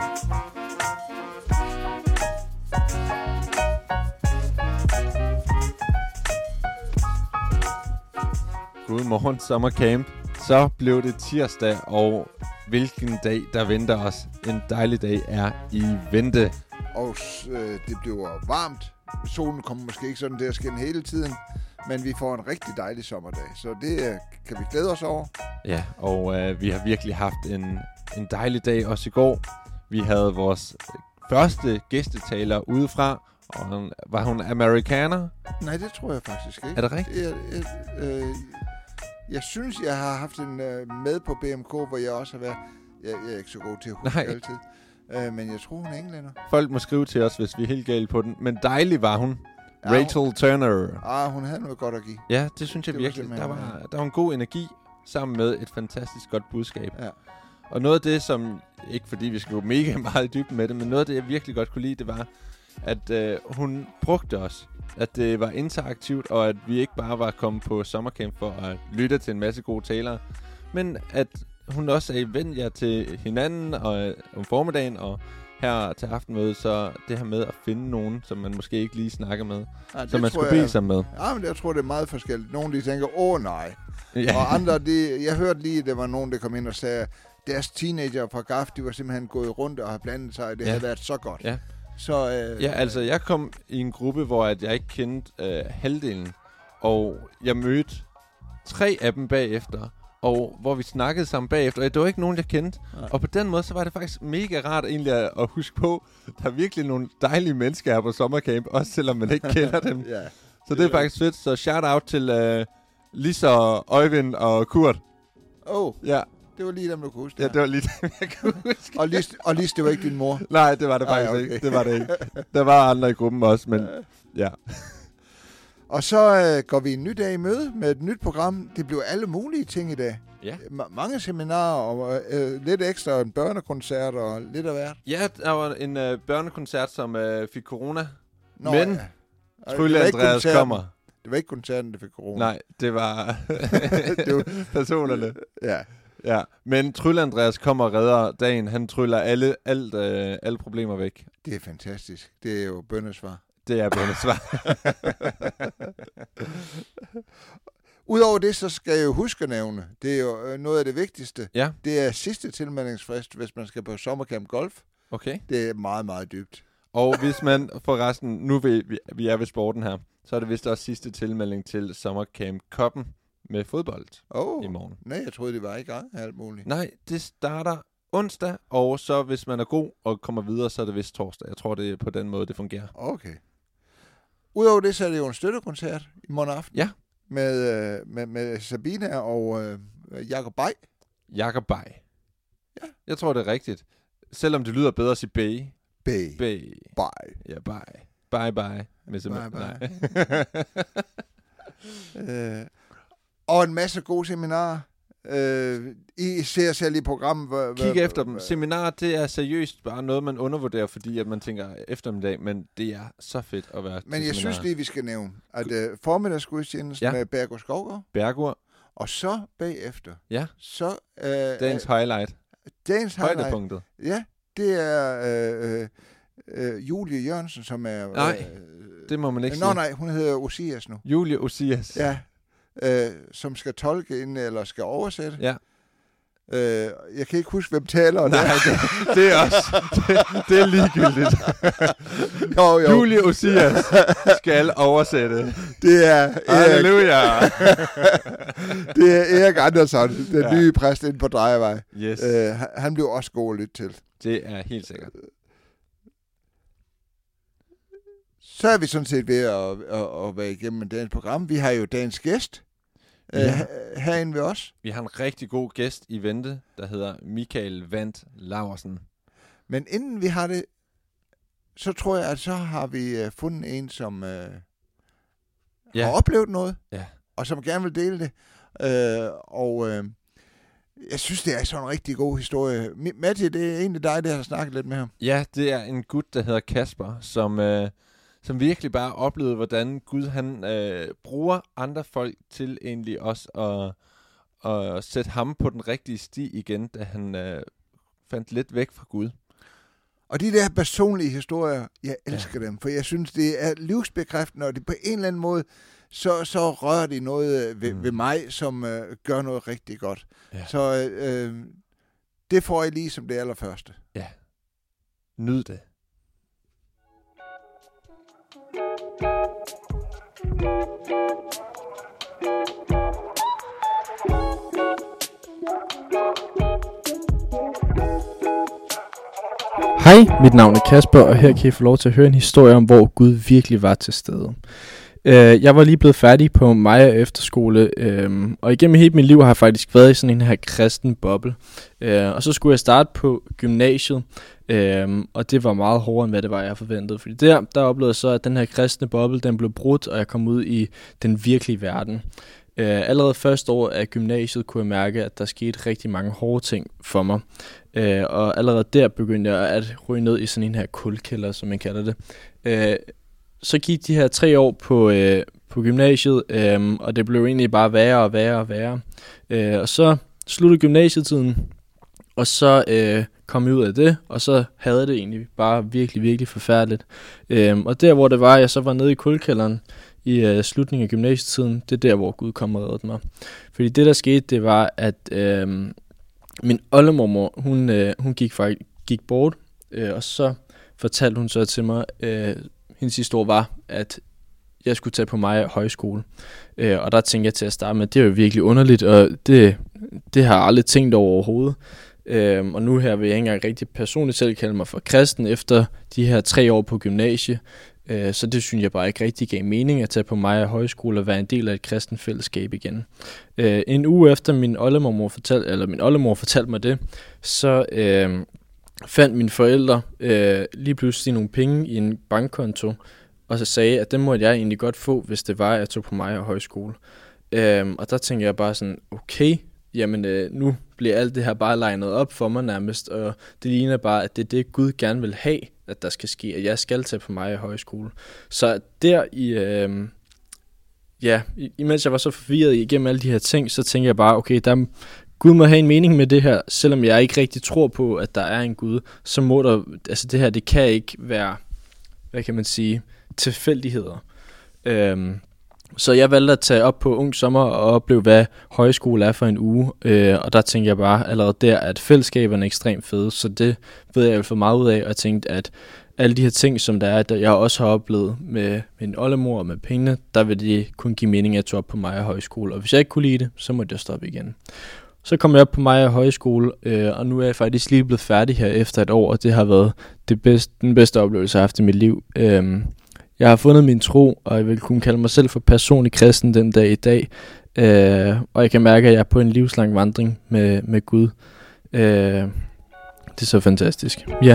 Godmorgen sommercamp. Så blev det tirsdag, og hvilken dag der venter os. En dejlig dag er i vente. Og det bliver varmt. Solen kommer måske ikke sådan der at skinne hele tiden, men vi får en rigtig dejlig sommerdag. Så det kan vi glæde os over. Ja, og vi har virkelig haft en dejlig dag også i går. Vi havde vores første gæstetaler udefra, og var hun amerikaner? Nej, det tror jeg faktisk ikke. Er det rigtigt? Jeg synes, jeg har haft en med på BMK, hvor jeg også har været. Jeg er ikke så god til at huske altid. Men jeg tror, hun er englænder. Folk må skrive til os, hvis vi er helt gale på den. Men dejlig var hun. Ja, Rachel Turner. Hun havde noget godt at give. Ja, det synes jeg virkelig. Der var en god energi sammen med et fantastisk godt budskab. Ja. Og noget af det, som, ikke fordi vi skal gå mega meget i dybden med det, men noget af det, jeg virkelig godt kunne lide, det var, at hun brugte os. At det var interaktivt, og at vi ikke bare var kommet på sommercamp for at lytte til en masse gode talere, men at hun også sagde, vend jer til hinanden og om formiddagen, og her til aftenmødet, så det her med at finde nogen, som man måske ikke lige snakker med, som man skulle bede sig med. Ja, men jeg tror, det er meget forskelligt. Nogle, de tænker, nej. Ja. Og andre, jeg hørte lige, at der var nogen, der kom ind og sagde, deres teenager fra GAF, de var simpelthen gået rundt og har blandet sig, og det havde været så godt. Ja. Så, altså jeg kom i en gruppe, hvor jeg ikke kendte halvdelen, og jeg mødte 3 af dem bagefter, og hvor vi snakkede sammen bagefter, og det var ikke nogen, jeg kendte. Nej. Og på den måde, så var det faktisk mega rart egentlig at huske på, der er virkelig nogle dejlige mennesker her på sommercamp, også selvom man ikke kender dem. Ja. Så det er faktisk fedt. Så shout out til Lisa, Øjvind og Kurt. Ja. Det var lige dem, du kunne huske. Ja, det var lige dem, jeg kunne huske. Og Lis, det var ikke din mor? Nej, det var det faktisk ikke. Det var det ikke. Der var andre i gruppen også, men ja. Og så går vi en ny dag i møde med et nyt program. Det blev alle mulige ting i dag. Ja. Mange seminarer og lidt ekstra, en børnekoncert og lidt af hvert. Ja, der var en børnekoncert, som fik corona. Nå, men Trylle Andreas kommer. Det var ikke koncerten, der fik corona. Nej, det var, det var personerne. Ja. Men Trylle Andreas kommer og redder dagen. Han tryller alle problemer væk. Det er fantastisk. Det er jo bønnesvar. Det er bønnesvar. Udover det, så skal jeg jo huske at nævne, det er jo noget af det vigtigste. Ja. Det er sidste tilmeldingsfrist, hvis man skal på sommercamp golf. Okay. Det er meget, meget dybt. Og hvis man forresten, nu vi er ved sporten her, så er det vist også sidste tilmelding til sommercamp Koppen med fodbold i morgen. Nej, jeg troede, det var i gang alt muligt. Nej, det starter onsdag, og så hvis man er god og kommer videre, så er det vist torsdag. Jeg tror, det er på den måde, det fungerer. Okay. Udover det, så er det jo en støttekoncert i morgen aften. Ja. Med Sabina og Jakob Bay. Jakob Bay. Ja. Jeg tror, det er rigtigt. Selvom det lyder bedre at sige Bay. Bay. Ja, Bay. Bye. Og en masse gode seminarer. I ser selv i programmet. Kig efter dem. Seminarer, det er seriøst bare noget, man undervurderer, fordi at man tænker eftermiddag, men det er så fedt at være. Men jeg synes lige, vi skal nævne, at formiddagsgudstjenesten med Bergur Skovgaard. Bergur. Og så bagefter. Ja. Så dagens highlight. Højdepunktet. Ja, det er Julie Jørgensen, som er... Nej, det må man ikke sige. Nej, hun hedder Osias nu. Julie Osias. Ja. Som skal tolke ind, eller skal oversætte. Ja. Jeg kan ikke huske, hvem taler. Nej, det er også. Det er ligegyldigt. jo. Julie Osias skal oversætte. Det er Halleluja. Det er Erik Andersson, den nye præst inde på Drejevej. Yes. Han blev også god at lytte til. Det er helt sikkert. Så er vi sådan set ved at være igennem dagens program. Vi har jo dagens gæst herinde ved os. Vi har en rigtig god gæst i vente, der hedder Michael Vandt Laursen. Men inden vi har det, så tror jeg, at så har vi fundet en, som har oplevet noget, og som gerne vil dele det. Jeg synes, det er sådan en rigtig god historie. Matti, det er egentlig dig, der har snakket lidt med ham. Ja, det er en gut, der hedder Kasper, som virkelig bare oplevede, hvordan Gud han bruger andre folk til egentlig også at sætte ham på den rigtige sti igen, da han fandt lidt væk fra Gud. Og de der personlige historier, jeg elsker dem, for jeg synes, det er livsbekræftende, og det på en eller anden måde, så rører de noget ved mig, som gør noget rigtig godt. Ja. Så det får jeg lige som det allerførste. Ja. Nyd det. Hej, mit navn er Kasper, og her kan I få lov til at høre en historie om, hvor Gud virkelig var til stede. Jeg var lige blevet færdig på Maja Efterskole, og igennem hele mit liv har jeg faktisk været i sådan en her kristen boble. Og så skulle jeg starte på gymnasiet, og det var meget hårdere, end hvad det var, jeg forventede. Fordi der oplevede jeg så, at den her kristne boble, den blev brudt, og jeg kom ud i den virkelige verden. Allerede første år af gymnasiet kunne jeg mærke, at der skete rigtig mange hårde ting for mig. Og allerede der begyndte jeg at ryge ned i sådan en her kulkælder, som man kalder det. Så gik de her 3 år på gymnasiet, og det blev egentlig bare værre og værre og værre. Og så sluttede gymnasietiden, og så kom jeg ud af det, og så havde jeg det egentlig bare virkelig, virkelig forfærdeligt. Og der, hvor det var, jeg så var nede i kulkælderen i slutningen af gymnasietiden, det er der, hvor Gud kom og reddede mig. Fordi det, der skete, det var, at min oldemormor, hun gik bort, og så fortalte hun så til mig, hendes historie var, at jeg skulle tage på Maja Højskole. Og der tænkte jeg til at starte med, det er jo virkelig underligt, og det har jeg aldrig tænkt over overhovedet. Og nu her vil jeg ikke engang rigtig personligt selv kalde mig for kristen efter de her 3 år på gymnasie. Så det synes jeg bare ikke rigtig gav mening at tage på Maja Højskole og være en del af et kristen fællesskab igen. En uge efter min oldemor fortalte mig det, så fandt mine forældre lige pludselig nogle penge i en bankkonto, og så sagde, at dem måtte jeg egentlig godt få, hvis det var, at jeg tog på Maja Højskole. Og der tænkte jeg bare sådan, okay, jamen nu bliver alt det her bare legnet op for mig nærmest, og det ligner bare, at det er det, Gud gerne vil have, at der skal ske, at jeg skal tage på Maja Højskole. Så der imens jeg var så forvirret igennem alle de her ting, så tænkte jeg bare, okay, Gud må have en mening med det her, selvom jeg ikke rigtig tror på, at der er en Gud, så må der, altså det her, det kan ikke være, hvad kan man sige, tilfældigheder. Så jeg valgte at tage op på Ung Sommer og opleve, hvad højskole er for en uge, og der tænkte jeg bare allerede der, at fællesskaberne er ekstremt fede, så det ved jeg jo for meget ud af, og jeg tænkte, at alle de her ting, som der er, der jeg også har oplevet med min oldemor og med pengene, der vil det kun give mening at tage op på Maja Højskole, og hvis jeg ikke kunne lide det, så måtte jeg stoppe igen. Så kom jeg op på Maja Højskole, og nu er jeg faktisk lige blevet færdig her efter et år, og det har været den bedste oplevelse, jeg har haft i mit liv. Jeg har fundet min tro, og jeg vil kunne kalde mig selv for personlig kristen den dag i dag. Og jeg kan mærke, at jeg er på en livslang vandring med Gud. Det er så fantastisk. Ja.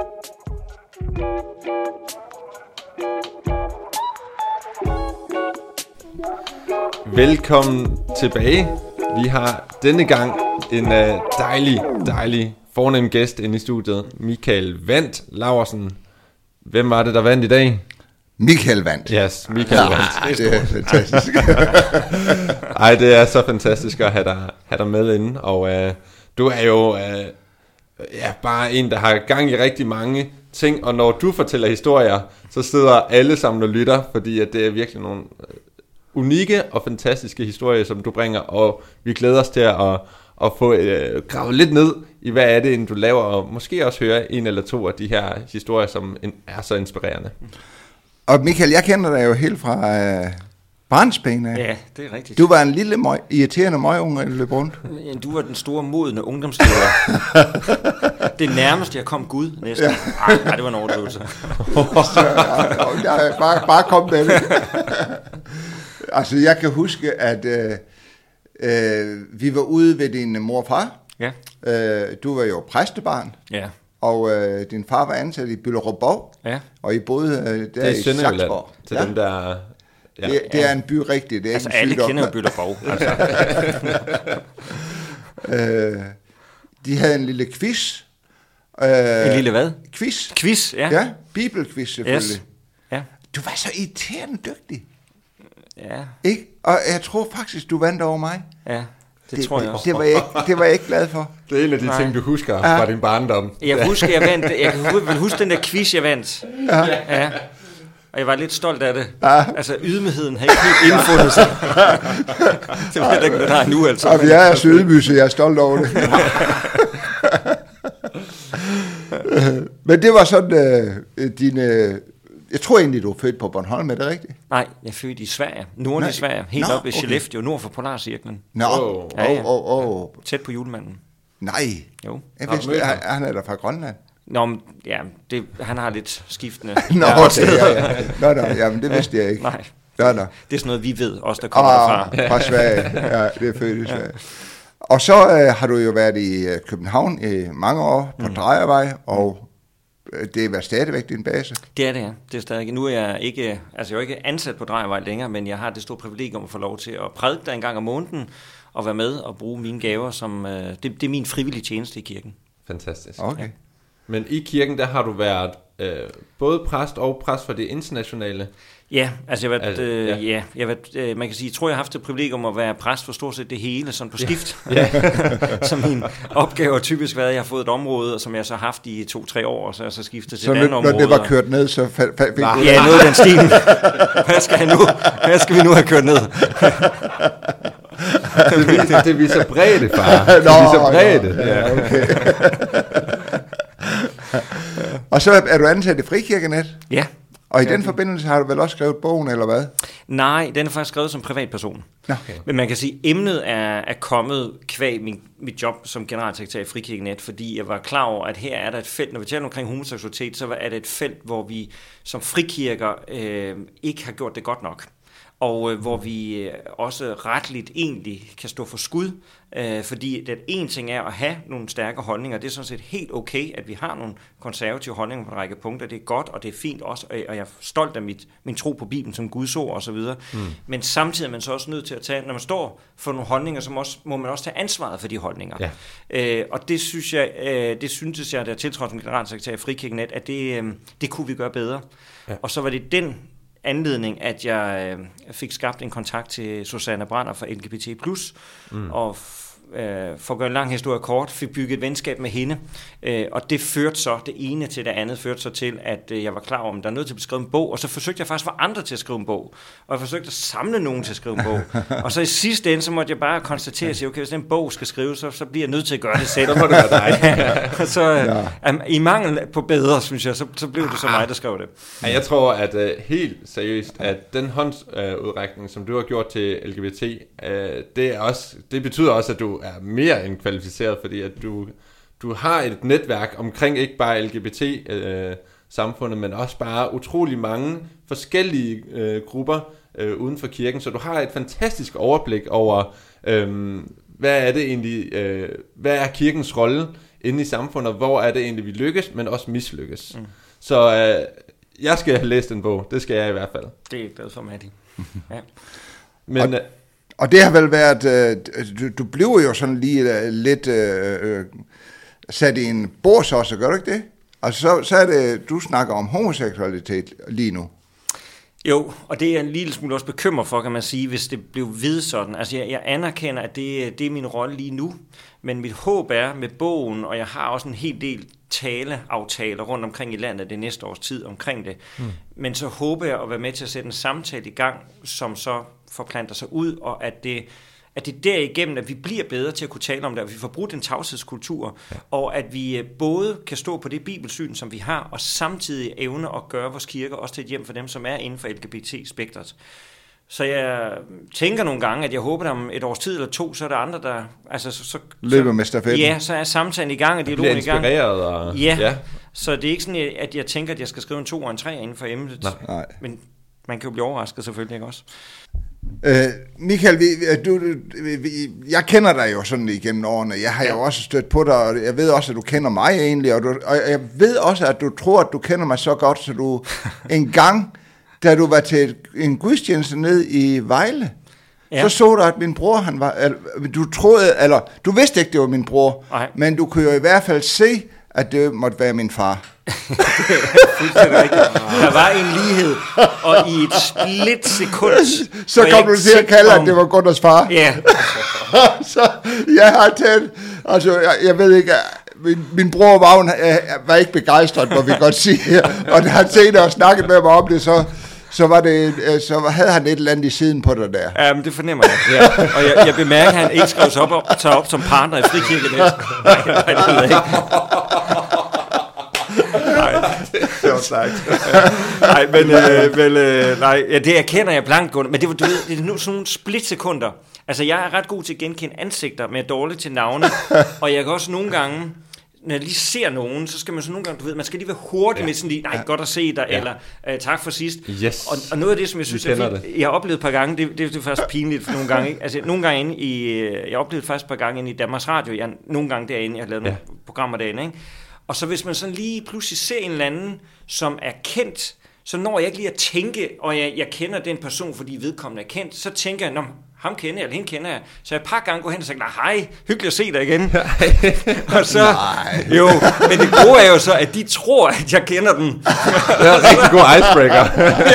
Velkommen tilbage. Vi har denne gang en dejlig fornem gæst inde i studiet. Michael Vandt Laursen. Hvem var det, der vandt i dag? Michael Vandt. Yes, Michael Vandt. Det er fantastisk. Ej, det er så fantastisk at have dig med inde. Og du er jo bare en, der har gang i rigtig mange ting. Og når du fortæller historier, så sidder alle sammen og lytter, fordi at det er virkelig nogle unikke og fantastiske historier, som du bringer. Og vi glæder os til at få gravet lidt ned i, hvad er det, du laver, og måske også høre en eller to af de her historier, som er så inspirerende. Og Michael, jeg kender dig jo helt fra barnsben af. Ja, det er rigtigt. Du var en lille irriterende møgunge, der løb rundt. Du var den store modne ungdomsleder. Det nærmeste jeg kom Gud næsten. Nej, det var en overdrivelse. Bare kom med det. Altså, jeg kan huske, at vi var ude ved din mor og far. Ja. Du var jo præstebarn. Ja. Og din far var ansat i Bylderup-Bov. Ja. Og I boede der i Saxborg. Til dem, der... Ja. Det er en by rigtigt. Det er altså, ikke alle sygdom. kender jo Bylderup-Bov. Altså. De havde en lille quiz. En lille hvad? Quiz. Quiz, ja. Ja, bibelquiz selvfølgelig. Yes. Ja. Du var så irriterende dygtig. Ja. Ikke? Og jeg tror faktisk, du vandt over mig. Ja. Det tror jeg også. Det var jeg ikke glad for. Det er en af de ting, du husker fra din barndom. Jeg husker, jeg vandt. Jeg kan huske den der quiz, jeg vandt. Ja. Og jeg var lidt stolt af det. Altså, ydmygheden har ikke helt indfundet sig. Det ved jeg ikke, hvad der er nu, altså. Og jeg er så ydmyg, så jeg er stolt over det. Men det var sådan dine... Jeg tror egentlig, du er født på Bornholm, er det rigtigt? Nej, jeg er født i Sverige. Nordlig Sverige. Helt op i Skellefteå, nord for Polarcirklen. Nå, Tæt på julemanden. Nej. Jo. Jeg vidste, han er der fra Grønland. Nå, ja, han har lidt skiftende. Nå, jamen det vidste jeg ikke. Nej. Nå. Det er sådan noget, vi ved, os der kommer derfra. Fra Sverige. Ja, det er født i Sverige. Og så har du jo været i København i mange år på Drejervej, og det er stadigvæk din base. Det er det, ja. Det er stadig. Nu er jeg ikke, jeg er ikke ansat på Drejervej længere, men jeg har det store privilegium at få lov til at prædike der en gang om måneden, og være med og bruge mine gaver som, det er min frivillige tjeneste i kirken. Fantastisk. Okay. Ja. Men i kirken, der har du været både præst og præst for det internationale. Ja, altså jeg har været, man kan sige, jeg tror, jeg har haft det privilegium at være præst for stort set det hele, sådan på skift. Ja. Så min opgave har typisk været, at jeg har fået et område, som jeg så har haft i 2-3 år, og så er jeg så skiftet til et andet område. Så når det var kørt ned, så fik du... Ja, noget af den stil. Hvad skal vi nu have kørt ned? Det viser bredde, far. Det viser bredde. Ja, okay. Og så er du ansat i Frikirkenet? Ja. Og i den forbindelse har du vel også skrevet bogen, eller hvad? Nej, den er faktisk skrevet som privatperson. Okay. Men man kan sige, at emnet er kommet kvæg mit job som generalsekretær i Frikirkenet, fordi jeg var klar over, at her er der et felt, når vi taler omkring homoseksualitet, så er det et felt, hvor vi som frikirker ikke har gjort det godt nok. Og hvor vi også retligt egentlig kan stå for skud, fordi det en ting er at have nogle stærke holdninger. Det er sådan set helt okay, at vi har nogle konservative holdninger på en række punkter. Det er godt, og det er fint også, og jeg er stolt af min tro på Bibelen som Guds ord osv. Men samtidig er man så også nødt til at tage, når man står for nogle holdninger, så må man også tage ansvaret for de holdninger. Ja. Og det syntes jeg, da jeg tiltrådte som generalsekretær i Frikirkenet, at det kunne vi gøre bedre. Ja. Og så var det den anledning, at jeg fik skabt en kontakt til Susanne Brander fra LGBT+, og for at gøre en lang historie kort, fik bygget et venskab med hende, og det førte så, det ene til det andet, førte så til, at jeg var klar om, der er nødt til at skrive en bog, og så forsøgte jeg faktisk for andre til at skrive en bog, og jeg forsøgte at samle nogen til at skrive en bog, og så i sidste ende, så måtte jeg bare konstatere og sige, okay, hvis den bog skal skrives, så bliver jeg nødt til at gøre det selv. Så må det være dig. Så i mangel på bedre, synes jeg, så blev det så mig, der skrev det. Ja, jeg tror, at helt seriøst, at den håndsudrækning, som du har gjort til LGBT, det betyder også, at du er mere end kvalificeret, fordi at du har et netværk omkring ikke bare LGBT-samfundet, men også bare utrolig mange forskellige grupper uden for kirken, så du har et fantastisk overblik over, hvad er det egentlig, hvad er kirkens rolle inde i samfundet, hvor er det egentlig, vi lykkes, men også mislykkes. Så jeg skal have læst en bog, det skal jeg i hvert fald. Det er jeg glad for, Matti. Ja. Men... Og det har vel været, du bliver jo sådan lige lidt sat i en bås også, gør du ikke det? Altså så er det, du snakker om homoseksualitet lige nu. Jo, og det er en lille smule også bekymret for, kan man sige, hvis det blev ved sådan. Altså jeg anerkender, at det er min rolle lige nu, men mit håb er med bogen, og jeg har også en hel del taleaftaler rundt omkring i landet det næste års tid omkring det. Men så håber jeg at være med til at sætte en samtale i gang, som så forplanter sig ud, og at det derigennem, at vi bliver bedre til at kunne tale om det, at vi får brugt en tavshedskultur, og at vi både kan stå på det bibelsyn, som vi har, og samtidig evne at gøre vores kirker også til et hjem for dem, som er inden for LGBT-spektret. Så jeg tænker nogle gange, at jeg håber, at om et års tid eller 2, så er der andre, der... Altså, løber med stafetten. Ja, så er samtalen i gang, og dialogen i gang. Bliver inspireret. Og, ja, så det er ikke sådan, at jeg tænker, at jeg skal skrive en 2 og en 3 inden for emnet. Nej. Men man kan jo blive overrasket selvfølgelig, ikke også? Michael, jeg kender dig jo sådan igennem årene. Jeg har jo også stødt på dig, og jeg ved også, at du kender mig egentlig, og jeg ved også, at du tror, at du kender mig så godt, så du en gang, da du var til en gudstjeneste ned i Vejle, så du, at min bror, han var, du troede, eller du vidste ikke, det var min bror, men du kunne jo i hvert fald se, at det måtte være min far. Der var en lighed, og i et split sekund... Så kom du til at kalde, at det var Gunners far. Ja, Så jeg har taget, altså jeg ved ikke, min bror var ikke begejstret, må vi godt sige, og da han senere snakket med mig om det, så havde han et eller andet i siden på det der. Ja, men det fornemmer jeg. Ja. Og jeg bemærker, at han ikke skrev sig op som partner i Frikirkenet. Nej, det ved jeg ikke. Nej, Det var sagt. nej, men nej, ja, det erkender jeg blankt, Gunnar. Men det er nu sådan nogle splitsekunder. Altså, jeg er ret god til at genkende ansigter, men er dårlig til navne. Og jeg kan også nogle gange, når jeg lige ser nogen, så skal man så nogle gange, man skal lige være hurtig med sådan lige, nej, godt at se dig, eller tak for sidst. Yes. Og noget af det, som jeg synes er fint, jeg har oplevet et par gange, det er faktisk pinligt for nogle gange, ikke? Altså, nogle gange inde jeg oplevede faktisk et par gange inde i Danmarks Radio, nogle gange derinde, jeg har lavet nogle programmer derinde, ikke? Og så hvis man sådan lige pludselig ser en eller anden, som er kendt, så når jeg ikke lige at tænke, og jeg kender den person, fordi vedkommende er kendt, så tænker jeg, ham kender jeg, eller hende kender jeg. Så jeg et par gange går hen og siger, hej, hyggeligt at se dig igen. Og så, jo, men det gode er jo så, at de tror, at jeg kender den. Det er en rigtig god icebreaker.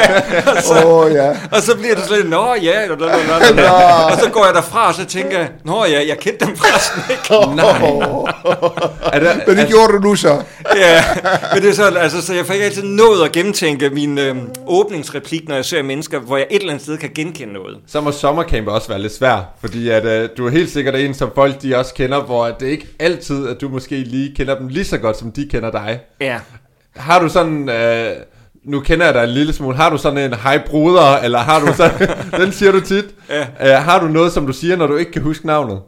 Og så bliver det sådan, og så går jeg derfra, og så tænker jeg, jeg kendte dem forresten ikke. Nej. Men det gjorde du nu så. Ja, men det er sådan, altså, så jeg fik altid nået at gennemtænke min åbningsreplik, når jeg ser mennesker, hvor jeg et eller andet sted kan genkende noget. Så må sommercamp også være lidt svær, fordi at, du er helt sikkert en, som folk de også kender, hvor det ikke altid, at du måske lige kender dem lige så godt, som de kender dig. Ja. Har du sådan, nu kender jeg dig en lille smule, har du sådan en hej bruder, eller har du sådan, den siger du tit, har du noget, som du siger, når du ikke kan huske navnet?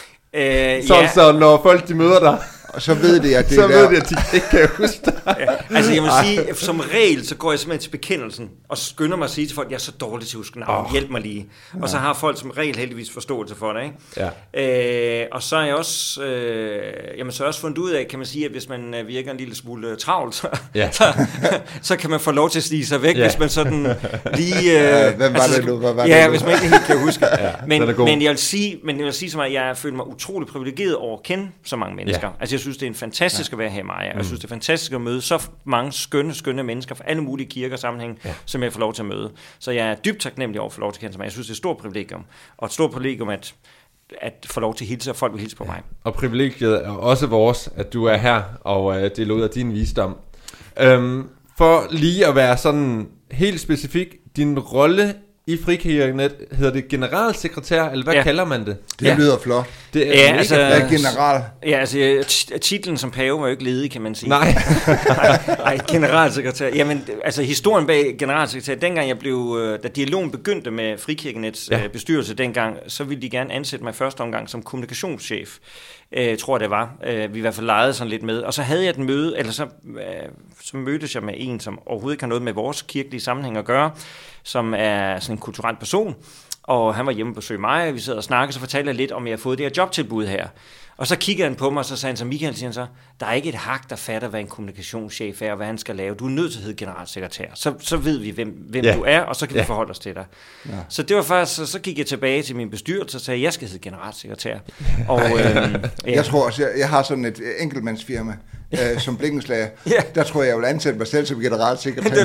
Så når folk de møder dig, og så ved de, at det så ved de, at de ikke kan huske dig. Ja, altså jeg må sige, som regel, så går jeg simpelthen til bekendelsen, og skynder mig at sige til folk, jeg er så dårlig til at huske navn, hjælp mig lige. Og så har folk som regel heldigvis forståelse for det, ikke? Ja. Og så er jeg også, så har jeg også fundet ud af, kan man sige, at hvis man virker en lille smule travlt, så kan man få lov til at stige sig væk, hvis man sådan lige... hvem var det nu? Hvis man ikke helt kan huske. Men jeg vil sige som at jeg føler mig utrolig privilegeret over at kende så mange mennesker. Altså jeg synes, det er en fantastisk at være her i Maja. Jeg synes, det er fantastisk at møde så mange skønne mennesker fra alle mulige kirker og sammenhæng, som jeg får lov til at møde. Så jeg er dybt taknemmelig over at få lov til at kende sig. Jeg synes, det er et stort privilegium. Og et stort privilegium at få lov til at hilse, og folk vil hilse på mig. Og privilegiet er også vores, at du er her og deler ud af din visdom. For lige at være sådan helt specifik, din rolle i Frikirkenet, hedder det generalsekretær, eller hvad kalder man det? Det lyder flot. Det er general. Ja, altså titlen som pave var jo ikke ledig, kan man sige. Nej. Nej, generalsekretær. Jamen, altså historien bag generalsekretær, dengang da dialogen begyndte med Frikirkenets bestyrelse dengang, så ville de gerne ansætte mig i første omgang som kommunikationschef. Tror jeg det var. Vi i hvert fald legede sådan lidt med. Og så havde jeg et møde, eller så mødtes jeg med en, som overhovedet ikke har noget med vores kirkelige sammenhæng at gøre, som er sådan en kulturel person, og han var hjemme på besøg mig, vi sad og snakkede, så fortalte jeg lidt om, at jeg har fået det her jobtilbud her. Og så kiggede han på mig, og så sagde han, så Michael, siger han så, der er ikke et hak, der fatter, hvad en kommunikationschef er, og hvad han skal lave. Du er nødt til at hedde generalsekretær. Så ved vi, hvem du er, og så kan vi forholde os til dig. Ja. Så det var faktisk, så gik jeg tilbage til min bestyrelse og sagde, at jeg skal hedde generalsekretær. Og, jeg tror også, jeg har sådan et enkeltmandsfirma, som blikkenslager. Der tror jeg vil ansætte mig selv som generalsekretær.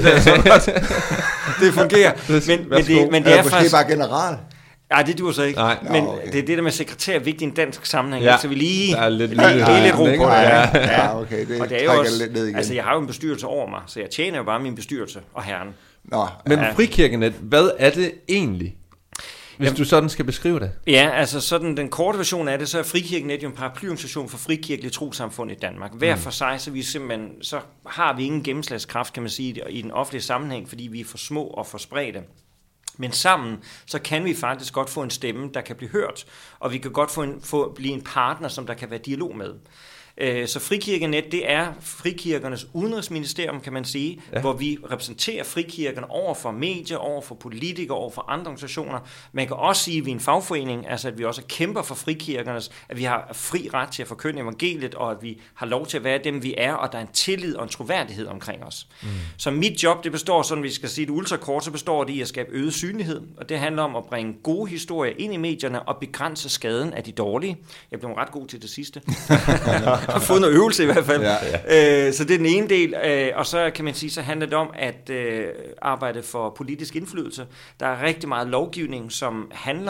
Det fungerer. Men det er måske faktisk bare general. Nej, det duer så ikke. Nej. Men det er det der med sekretær er vigtigt i en dansk sammenhæng. Ja. Så vi lige der er lidt ro på det. Ja, okay. Det, og det er jo også, lidt ned igen. Altså, jeg har jo en bestyrelse over mig, så jeg tjener jo bare min bestyrelse og herren. Men Frikirkenet, hvad er det egentlig? Hvis du sådan skal beskrive det. Ja, altså sådan den korte version af det, så er Frikirkenet jo en paraplyorganisation for frikirkelige trossamfund i Danmark. Hver for sig, så har vi ingen gennemslagskraft, kan man sige, i den offentlige sammenhæng, fordi vi er for små og for spredte. Men sammen, så kan vi faktisk godt få en stemme, der kan blive hørt, og vi kan godt blive en partner, som der kan være dialog med. Så Frikirkenet, det er frikirkernes udenrigsministerium, kan man sige, hvor vi repræsenterer frikirkerne over for medier, over for politikere, over for andre organisationer. Man kan også sige, at vi er en fagforening, altså at vi også kæmper for frikirkernes, at vi har fri ret til at forkynde evangeliet, og at vi har lov til at være dem, vi er, og der er en tillid og en troværdighed omkring os. Så mit job, det består, sådan vi skal sige det ultrakort, så består det i at skabe øget synlighed, og det handler om at bringe gode historier ind i medierne og begrænse skaden af de dårlige. Jeg blev ret god til det sidste. har fået noget øvelse i hvert fald. Ja. Så det er den ene del, og så kan man sige, så handler det om at arbejde for politisk indflydelse. Der er rigtig meget lovgivning, som handler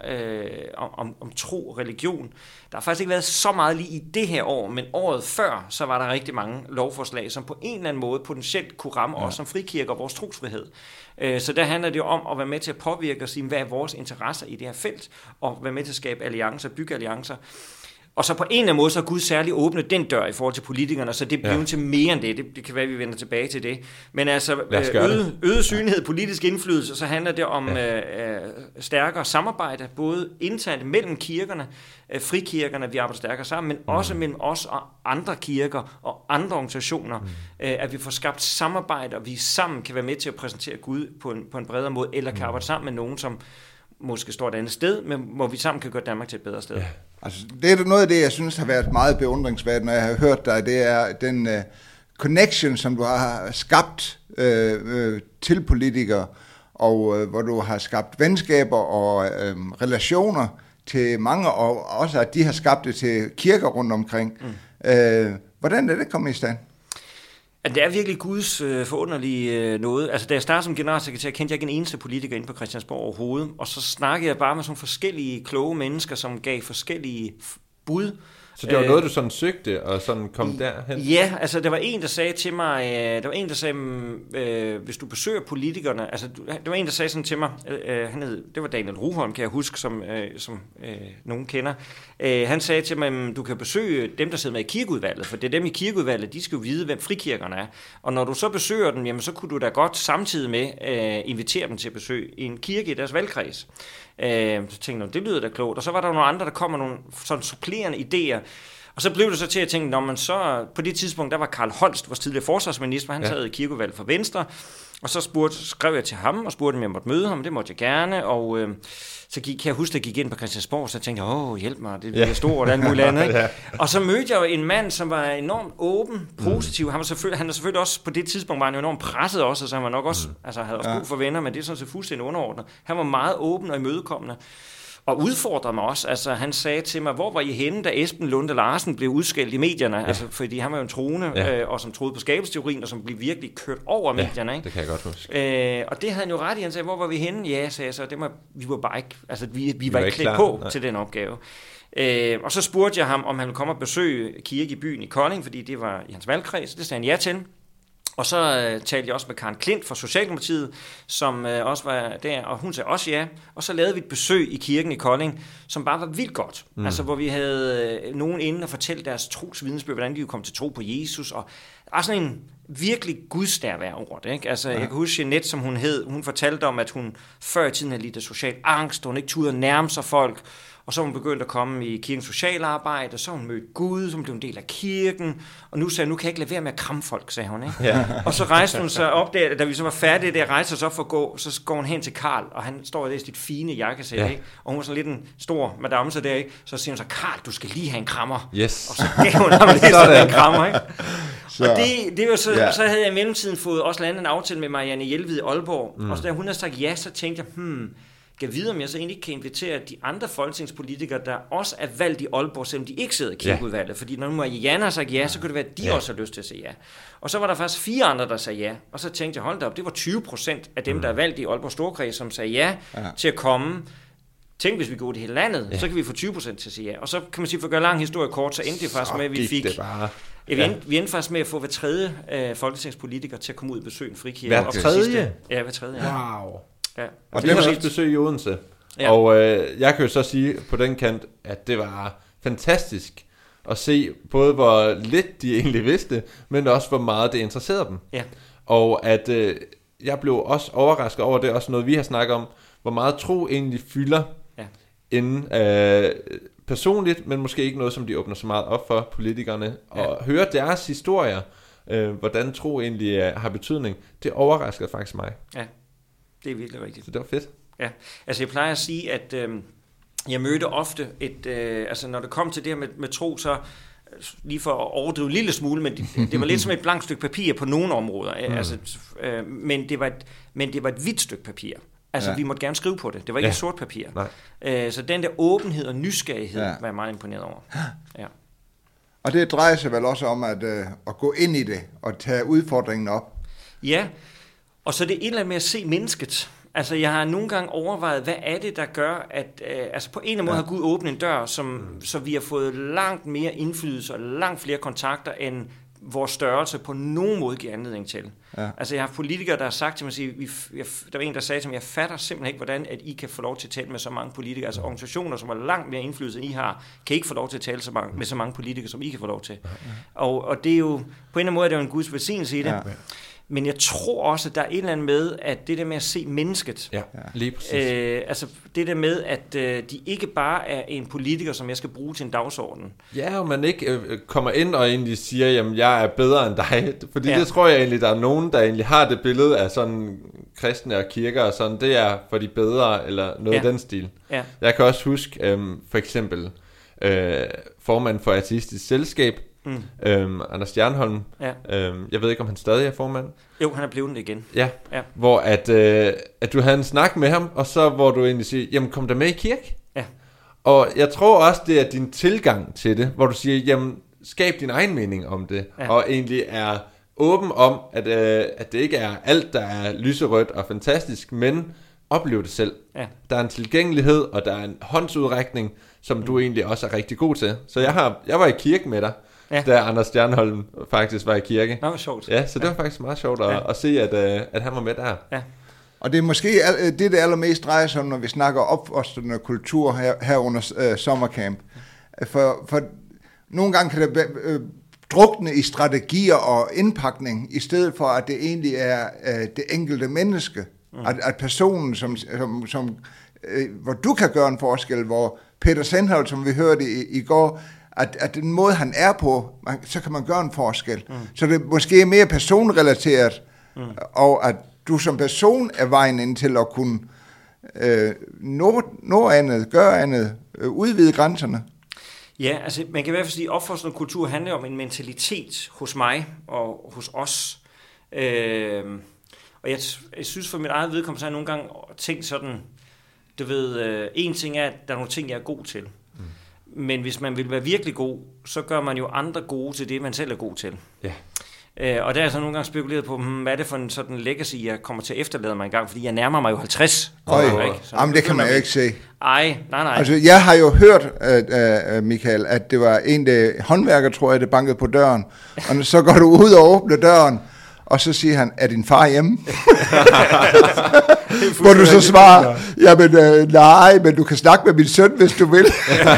om tro og religion. Der har faktisk ikke været så meget lige i det her år, men året før, så var der rigtig mange lovforslag, som på en eller anden måde potentielt kunne ramme os som frikirker og vores trosfrihed. Så der handler det jo om at være med til at påvirke og sige, hvad er vores interesser i det her felt, og være med til at skabe alliancer, bygge alliancer. Og så på en eller anden måde, så har Gud særligt åbnet den dør i forhold til politikerne, så det bliver til mere end det. Det kan være, at vi vender tilbage til det. Men altså, øget synlighed, politisk indflydelse, så handler det om stærkere samarbejde, både internt mellem kirkerne, frikirkerne, vi arbejder stærkere sammen, men også mellem os og andre kirker og andre organisationer, at vi får skabt samarbejde, og vi sammen kan være med til at præsentere Gud på en bredere måde, eller kan arbejde sammen med nogen, som måske står et andet sted, men hvor vi sammen kan gøre Danmark til et bedre sted. Altså, det er noget af det, jeg synes har været meget beundringsværdigt, når jeg har hørt dig, det er den connection, som du har skabt til politikere, og hvor du har skabt venskaber og relationer til mange, og også at de har skabt det til kirker rundt omkring. Hvordan er det kommet i stand? Det er virkelig Guds forunderlige noget. Altså, da jeg startede som generalsekretær, kendte jeg ikke en eneste politiker inde på Christiansborg overhovedet. Og så snakkede jeg bare med sådan forskellige kloge mennesker, som gav forskellige bud. Så det var noget, du sådan søgte, og sådan kom derhen? Ja, altså der var en, der sagde til mig, hvis du besøger politikerne, altså der var en, der sagde sådan til mig, det var Daniel Ruholm, kan jeg huske, som nogen kender. Han sagde til mig, du kan besøge dem, der sidder med i kirkeudvalget, for det er dem i kirkeudvalget, de skal jo vide, hvem frikirkerne er. Og når du så besøger dem, jamen så kunne du da godt samtidig med invitere dem til at besøge en kirke i deres valgkreds. Så tænkte jeg, det lyder da klogt. Og så var der nogle andre, der kom med nogle sådan supplerende idéer. Og så blev det så til at tænke, når man så på det tidspunkt, der var Karl Holst, vores tidligere forsvarsminister, han sad i kirkeudvalget for Venstre, og så skrev jeg til ham og spurgte, om jeg måtte møde ham, det måtte jeg gerne, og så kan jeg huske, at jeg gik ind på Christiansborg, så tænkte jeg, hjælp mig, det bliver stort og alt muligt andet. Ikke? Og så mødte jeg jo en mand, som var enormt åben, positiv. Han er selvfølgelig også, på det tidspunkt var han jo enormt presset også, så han var nok også, altså havde også brug for venner, men det er sådan set fuldstændig underordnet. Han var meget åben og imødekommende. Og udfordrede mig også. Altså, han sagde til mig, hvor var I henne, da Esben Lunde Larsen blev udskældt i medierne? Altså, fordi han var jo en troende, og som troede på skabelsesteorien, og som blev virkelig kørt over medierne. Ikke? Det kan jeg godt huske. Og det havde han jo ret i. Han sagde, hvor var vi henne? Ja, sagde jeg så. Vi var bare ikke, altså, vi var ikke klædt på til den opgave. Og så spurgte jeg ham, om han ville komme og besøge kirke i byen i Kolding, fordi det var i hans valgkreds. Det sagde han ja til. Og så talte jeg også med Karen Klint fra Socialdemokratiet, som også var der, og hun sagde også ja. Og så lavede vi et besøg i kirken i Kolding, som bare var vildt godt. Altså, hvor vi havde nogen inde og fortælle deres trosvidensbyrd, hvordan de kunne komme til tro på Jesus. Og sådan en virkelig gudsnærvær over det. Ikke? Altså, jeg kan huske Jeanette, som hun hed, hun fortalte om, at hun før i tiden havde lidt af social angst, og hun ikke turde at nærme sig folk. Og så hun begyndt at komme i kirkens socialarbejde, og så hun mødte Gud, som blev en del af kirken, og nu sagde hun, nu kan jeg ikke lade være med at kramme folk, sagde hun. Ikke? Ja. Og så rejste hun sig op der, da vi så var færdige der, rejste sig op for at gå, så går hun hen til Karl, og han står der i sit fine jakkesæt, ikke? Og hun var sådan lidt en stor madame, så der, ikke? Så siger hun så, Karl, du skal lige have en krammer. Yes. Og så gav hun ham lige sådan en krammer, ikke? Så. Og det var så, så havde jeg i mellemtiden fået også landet en aftale med Marianne Jelved i Aalborg, og så da hun havde sagt ja, så tænkte jeg, kan vide, om jeg så egentlig kan invitere de andre folketingspolitikere, der også er valgt i Aalborg, selvom de ikke sidder i kirkeudvalget. Fordi når nu Marianne har sagt ja, så kunne det være, at de også har lyst til at sige ja. Og så var der faktisk 4 andre, der sagde ja. Og så tænkte jeg, hold da op, det var 20% af dem, der er valgt i Aalborg Storkreds, som sagde ja til at komme. Tænk, hvis vi går det hele landet, så kan vi få 20% til at sige ja. Og så kan man sige, for at gøre lang historie kort, så endte det faktisk med, at vi fik... Vi endte faktisk med at få hver tredje folketingspolitiker til at komme ud og besøge en frikirke. Hver tredje? Ja, hver tredje. Wow. Ja. Og det har også besøg i Odense. Ja. Og jeg kan jo så sige på den kant, at det var fantastisk at se både hvor lidt de egentlig vidste, men også hvor meget det interesserede dem. Ja. Og at jeg blev også overrasket over, det er også noget vi har snakket om, hvor meget tro egentlig fylder inden personligt, men måske ikke noget, som de åbner så meget op for politikerne. Og høre deres historier, hvordan tro egentlig har betydning, det overraskede faktisk mig. Ja. Det er virkelig rigtigt. Så det var fedt. Ja, altså jeg plejer at sige, at jeg mødte ofte altså når det kom til det her med tro, så lige for at overdrive en lille smule, men det var lidt som et blankt stykke papir på nogle områder. Altså, men det var et hvidt stykke papir. Altså vi måtte gerne skrive på det. Det var ikke et sort papir. Så den der åbenhed og nysgerrighed var jeg meget imponeret over. Ja. Og det drejer sig vel også om at gå ind i det og tage udfordringen op. Ja, og så det er et eller andet med at se mennesket. Altså, jeg har nogle gange overvejet, hvad er det, der gør, at altså på en eller anden måde har Gud åbnet en dør, så vi har fået langt mere indflydelse og langt flere kontakter, end vores størrelse på nogen måde giver anledning til. Ja. Altså, jeg har politikere, der har sagt til mig, der var en, der sagde til mig, jeg fatter simpelthen ikke, hvordan at I kan få lov til at tale med så mange politikere. Altså, organisationer, som har langt mere indflydelse, end I har, kan ikke få lov til at tale med så mange politikere, som I kan få lov til. Og det er jo, på en eller anden måde, er det jo en Guds velsignelse i det. Ja. Men jeg tror også, at der er et eller andet med, at det der med at se mennesket, lige præcis. Altså det der med, at de ikke bare er en politiker, som jeg skal bruge til en dagsorden. Ja, og man ikke kommer ind og egentlig siger, jamen jeg er bedre end dig. Fordi det tror jeg egentlig, der er nogen, der egentlig har det billede af sådan kristne og kirker og sådan, det er for de bedre, eller noget af den stil. Ja. Jeg kan også huske, for eksempel, formand for Ateistisk Selskab, Anders Stjernholm. Jeg ved ikke, om han stadig er formand. Jo, han er blevet det igen. Ja. Hvor at du havde en snak med ham, og så hvor du egentlig siger, jamen kom der med i kirke. Ja. Og jeg tror også, det er din tilgang til det, hvor du siger, jamen skab din egen mening om det, og egentlig er åben om, at det ikke er alt, der er lyserødt og fantastisk, men oplev det selv. Ja. Der er en tilgængelighed, og der er en håndsudrækning, som du egentlig også er rigtig god til. Så jeg var i kirke med dig, da Anders Stjernholm faktisk var i kirke. Nå, sjovt. Ja, så det var faktisk meget sjovt at se, at han var med der. Ja. Og det er måske det allermest drejer sig om, når vi snakker opfostrende kultur her under sommercamp. For nogle gange kan det drukne i strategier og indpakning, i stedet for, at det egentlig er det enkelte menneske. At personen, som hvor du kan gøre en forskel, hvor Peter Sandholt, som vi hørte i går, at den måde, han er på, så kan man gøre en forskel. Så det måske er mere personrelateret, og at du som person er vejen ind til at kunne nå andet, gøre andet, udvide grænserne. Ja, altså man kan i hvert fald sige, at opfostrende kultur handler om en mentalitet hos mig og hos os. Og jeg synes for mit eget vedkommende, så har jeg nogle gange tænkt sådan, du ved, en ting er, at der er nogle ting, jeg er god til. Men hvis man vil være virkelig god, så gør man jo andre gode til det, man selv er god til. Ja. Og der er så nogle gange spekuleret på, hvad er det for en sådan legacy, jeg kommer til at efterlade mig en gang, fordi jeg nærmer mig jo 50. Jamen det kan man jo ikke se. Nej. Altså jeg har jo hørt, Michael, at det var en håndværker, tror jeg, der bankede på døren. Og så går du ud og åbner døren, og så siger han, er din far hjemme? Hvor du så svarer, jamen nej, men du kan snakke med min søn, hvis du vil. Det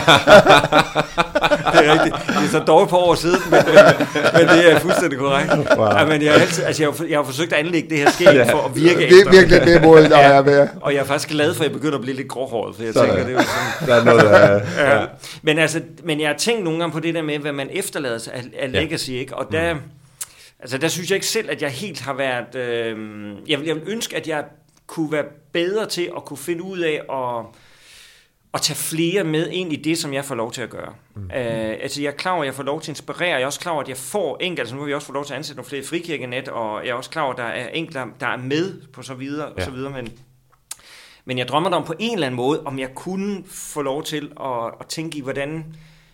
er rigtigt. Det er så dårligt på år siden, men det er fuldstændig korrekt. Wow. Ja, men jeg har forsøgt at anlægge det her skæg for at virke efter. Det er virkelig det mål, der er ved. Og jeg er faktisk glad for, at jeg begynder at blive lidt gråhåret, for jeg tænker, det er jo sådan... Der er noget, der Men jeg har tænkt nogle gange på det der med, hvad man efterlader sig af legacy, ikke? Og der synes jeg ikke selv, at jeg helt har været... Jeg vil ønske, at jeg kunne være bedre til at kunne finde ud af at tage flere med ind i det, som jeg får lov til at gøre. Altså jeg er klar over, at jeg får lov til at inspirere. Jeg er også klar over, at jeg får enkelte, altså nu vil jeg også få lov til at ansætte nogle flere frikirkenet, og jeg er også klar over, at der er enkelte, der er med på så videre, og så videre, men jeg drømmer da om på en eller anden måde, om jeg kunne få lov til at tænke i, hvordan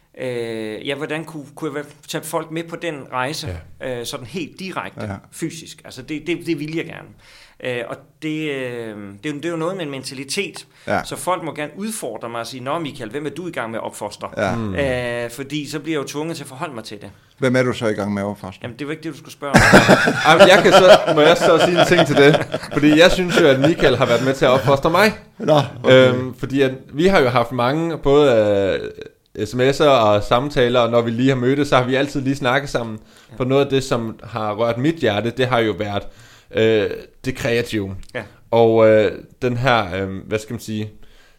kunne jeg tage folk med på den rejse, sådan helt direkte, fysisk. Altså det vil jeg gerne. Og det er jo noget med en mentalitet, så folk må gerne udfordre mig og sige, nå Michael, hvem er du i gang med at opfostre? Fordi så bliver jeg jo tvunget til at forholde mig til det. Hvem er du så i gang med at opfostre? Jamen det var ikke det, du skulle spørge om. Må jeg så sige en ting til det? Fordi jeg synes jo, at Michael har været med til at opfostre mig. Fordi vi har jo haft mange, både sms'er og samtaler, og når vi lige har mødtes, så har vi altid lige snakket sammen. For noget af det, som har rørt mit hjerte, det har jo været det kreative. Og den her, hvad skal man sige,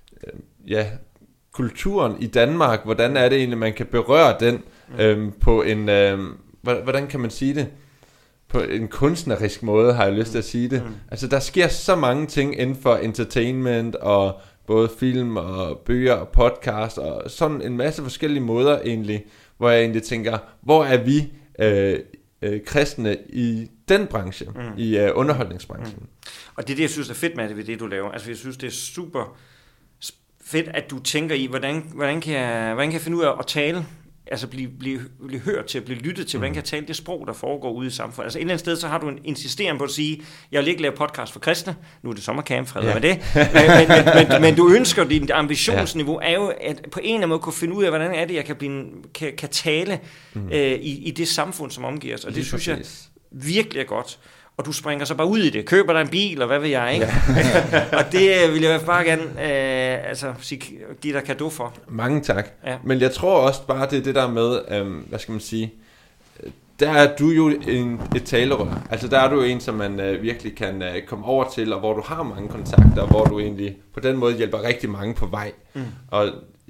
kulturen i Danmark, hvordan er det egentlig, man kan berøre den på en, hvordan kan man sige det? På en kunstnerisk måde, har jeg lyst til at sige det. Altså, der sker så mange ting inden for entertainment og både film og bøger og podcast og sådan en masse forskellige måder egentlig, hvor jeg egentlig tænker, hvor er vi kristne i den branche, i underholdningsbranchen. Og det er det, jeg synes er fedt med det, ved det, du laver. Altså, jeg synes, det er super fedt, at du tænker i, hvordan kan jeg finde ud af at tale altså blive hørt til, blive lyttet til, hvordan kan jeg tale det sprog, der foregår ude i samfundet. Altså et eller andet sted, så har du en insisteren på at sige, jeg vil ikke lave podcast for kristne, nu er det sommercamp, fred med det, men du ønsker, din ambitionsniveau er jo, at på en eller anden måde kunne finde ud af, hvordan er det, jeg kan tale i det samfund, som omgiver os, og det synes jeg virkelig er godt. Og du springer så bare ud i det, køber dig en bil, og hvad ved jeg, ikke? Ja. Og det vil jeg bare gerne give dig cadeau for. Mange tak. Ja. Men jeg tror også bare, det er det der med, hvad skal man sige, der er du jo et talerør. Altså der er du en, som man virkelig kan komme over til, og hvor du har mange kontakter, og hvor du egentlig på den måde hjælper rigtig mange på vej. Og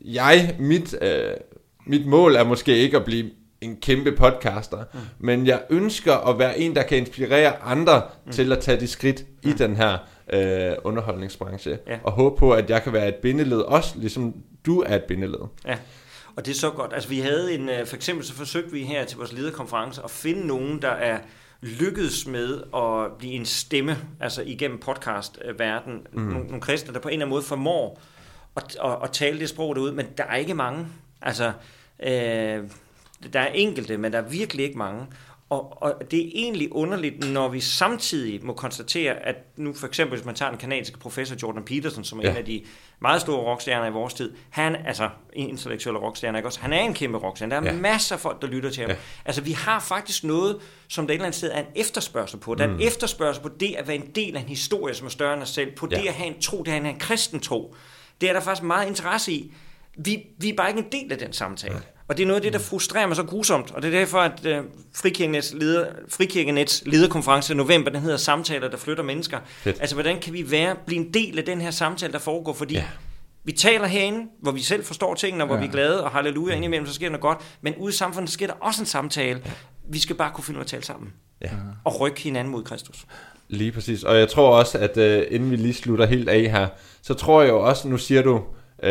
mit mål er måske ikke at blive en kæmpe podcaster, men jeg ønsker at være en, der kan inspirere andre til at tage de skridt i den her underholdningsbranche, og håbe på, at jeg kan være et bindeled, også ligesom du er et bindeled. Ja, og det er så godt. Altså vi havde for eksempel så forsøgte vi her til vores lederkonference at finde nogen, der er lykkedes med at blive en stemme, altså igennem podcastverdenen, nogle kristne, der på en eller anden måde formår at tale det sprog derude, men der er ikke mange. Altså der er enkelte, men der er virkelig ikke mange. Og det er egentlig underligt, når vi samtidig må konstatere, at nu for eksempel, hvis man tager den kanadiske professor Jordan Peterson, som er en af de meget store rockstjerner i vores tid, han, altså intellektuelle rockstjerner, ikke også? Han er en kæmpe rockstjerne. Der er masser af folk, der lytter til ham. Altså vi har faktisk noget, som der et eller andet sted er en efterspørgsel på. Der er en efterspørgsel på det at være en del af en historie, som er større end os selv. På det at have en tro, det at have en kristen tro. Det er der faktisk meget interesse i. Vi er bare ikke en del af den samtale. Og det er noget af det, der frustrerer mig så grusomt. Og det er derfor, at Frikirkenets lederkonference i november, den hedder Samtaler, der flytter mennesker. Fedt. Altså, hvordan kan vi blive en del af den her samtale, der foregår? Fordi vi taler herinde, hvor vi selv forstår tingene, og hvor vi er glade, og halleluja, indimellem så sker noget godt. Men ude i samfundet sker der også en samtale. Vi skal bare kunne finde ud af at tale sammen. Og rykke hinanden mod Kristus. Lige præcis. Og jeg tror også, at inden vi lige slutter helt af her, så tror jeg jo også, nu siger du...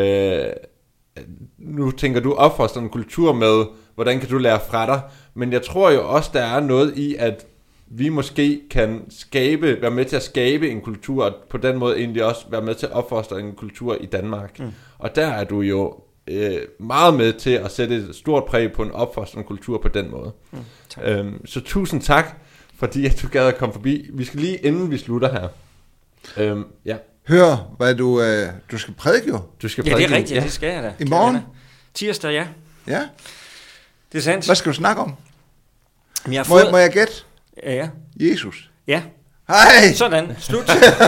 nu tænker du opfostre en kultur med, hvordan kan du lære fra dig, men jeg tror jo også, der er noget i, at vi måske kan være med til at skabe en kultur, og på den måde egentlig også være med til at opfostre en kultur i Danmark. Og der er du jo meget med til at sætte et stort præg på en opfostrende kultur på den måde. Så tusind tak, fordi at du gad at komme forbi. Vi skal lige, inden vi slutter her, hør, hvad du skal prædike jo. Du skal prædike. Ja, det er rigtigt, det skal jeg da. I morgen? Tirsdag, ja. Ja. Det er sandt. Hvad skal du snakke om? Må jeg gætte? Ja. Jesus. Ja. Hej! Sådan, slut.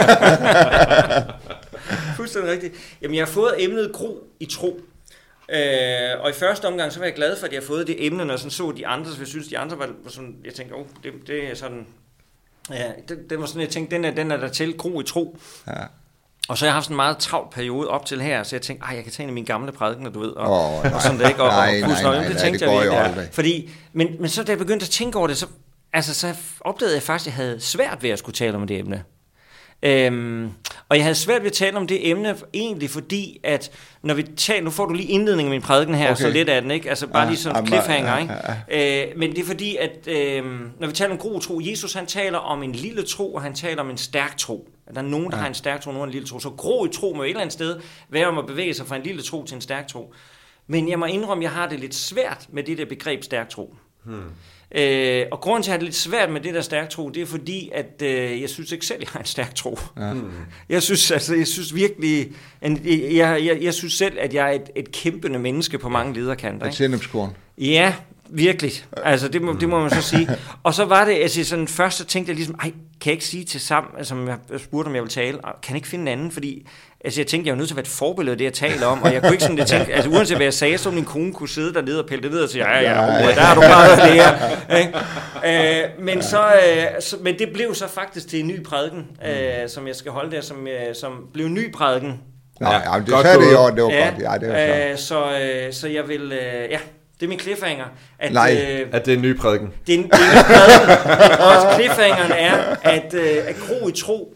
Fuldstændig rigtigt. Jamen, jeg har fået emnet gro i tro. Og i første omgang, så var jeg glad for, at jeg har fået det emne, når jeg sådan så de andre, så jeg synes, de andre var sådan, jeg tænkte, det er sådan... Ja, det var sådan, jeg tænkte, den er der til, gro i tro. Ja. Og så har jeg haft sådan en meget travl periode op til her, så jeg tænkte, jeg kan tage en af mine gamle prædikener, du ved, og sådan det, ikke? Nej, det tænkte jeg virkelig. Fordi, men så da jeg begyndte at tænke over det, så opdagede jeg faktisk, at jeg havde svært ved at skulle tale om det emne. Og jeg havde svært ved at tale om det emne egentlig, fordi at når vi taler, nu får du lige indledningen af min prædiken her, så lidt af den, ikke? Altså bare lige sådan cliffhanger, ikke? Men det er fordi, at når vi taler om gro tro, Jesus han taler om en lille tro, og han taler om en stærk tro. Der er nogen, der har en stærk tro, nogen en lille tro. Så gro i tro må et eller andet sted være om at bevæge sig fra en lille tro til en stærk tro. Men jeg må indrømme, at jeg har det lidt svært med det der begreb stærk tro. Og grunden til at have det lidt svært med det der stærk tro, det er fordi, at jeg synes ikke selv, jeg har en stærk tro. Jeg synes virkelig, jeg synes selv, at jeg er et kæmpende menneske på mange lederkanter. Et sennepskorn. Ja, virkelig. Altså, det må man så sige. Og så var det, altså sådan først så tænkte jeg ligesom, kan jeg ikke sige til sammen, som jeg spurgte, om jeg ville tale, kan jeg ikke finde en anden, fordi altså, jeg tænkte, jeg var nødt til at være et forbillede, det jeg taler om, og jeg kunne ikke sådan det tænke, altså uanset hvad jeg sagde, så min kone kunne sidde dernede og pille det ned og sige, ja, der har du bare det her. Men det blev så faktisk til en ny prædiken, som jeg skal holde der, som blev en ny prædiken. Ja, det sagde det jo, det var godt. Ja, det var så jeg vil, det er min cliffhanger. At det er en ny prædiken. Det er en ny prædiken. Og cliffhangeren er, at gro i tro,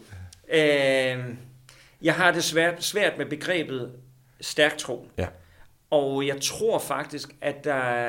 jeg har det svært med begrebet stærk tro. Ja. Og jeg tror faktisk, at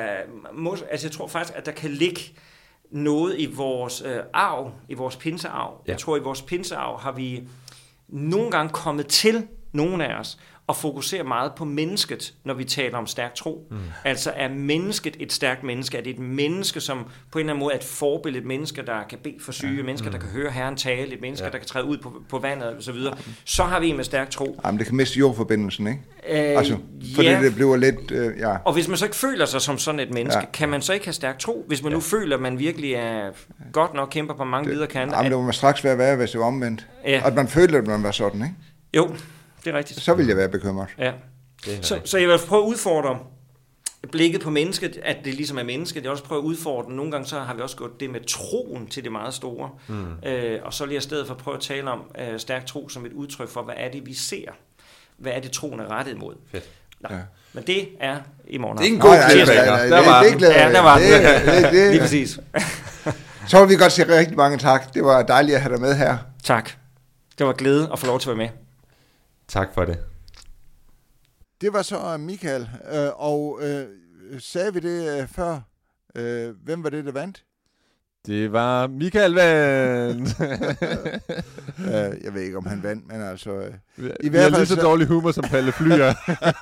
der kan ligge noget i vores arv, i vores pinsearv. Ja. Jeg tror, i vores pinsearv har vi nogle gange kommet til, nogle af os, at fokusere meget på mennesket, når vi taler om stærk tro. Altså er mennesket et stærkt menneske? Er det et menneske, som på en eller anden måde er et forbillede, et menneske, der kan bede for syge, mennesker, der kan høre Herren tale, et menneske, der kan træde ud på vandet og så videre. Så har vi en med stærk tro. Jamen, det kan miste jordforbindelsen, ikke? Fordi det bliver lidt... Og hvis man så ikke føler sig som sådan et menneske, kan man så ikke have stærk tro? Hvis man nu føler, at man virkelig er godt nok kæmper på mange videre kanter. Jamen, det må man straks være, hvis det var omvendt. Ja. At man føler, at man var sådan, ikke? Jo, det er rigtigt. Så vil jeg være bekymret. Ja. Så jeg vil prøve at udfordre blikket på mennesket, at det ligesom er mennesket. Jeg vil også prøve at udfordre. Nogle gange så har vi også gået det med troen til det meget store. Og så lige i stedet for at prøve at tale om stærk tro som et udtryk for, hvad er det, vi ser? Hvad er det, troen er rettet imod? Fedt. Ja. Men det er i morgen. Det er en god cliffhanger. Der var det. Lige præcis. Så vil vi godt sige rigtig mange tak. Det var dejligt at have dig med her. Tak. Det var glæde at få lov til at være med. Tak for det. Det var så Michael. Og sagde vi det før? Hvem var det, der vandt? Det var Michael vandt. Jeg ved ikke, om han vandt, men altså... I hvert fald lige så dårlig humor som Palle Flyer.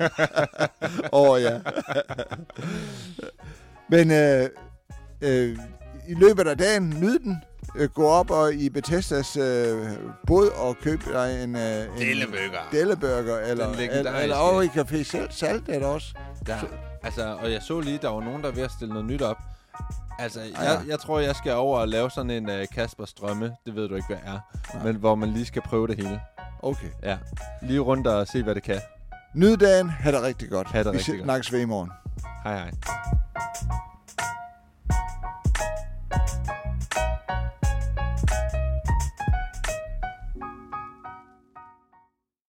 Ja. Men i løbet af dagen, nyd den. Gå op og i Bethesdas båd og køb dig en Delleburger eller over i Café Salt er der også. Og jeg så lige, der var nogen, der er ved at stille noget nyt op. Altså, jeg tror, jeg skal over og lave sådan en Kaspers drømme. Det ved du ikke, hvad er. Men hvor man lige skal prøve det hele. Okay. Ja. Lige rundt og se, hvad det kan. Nyd dagen. Ha' det rigtig godt. Vi snakkes ved i morgen. Hej hej.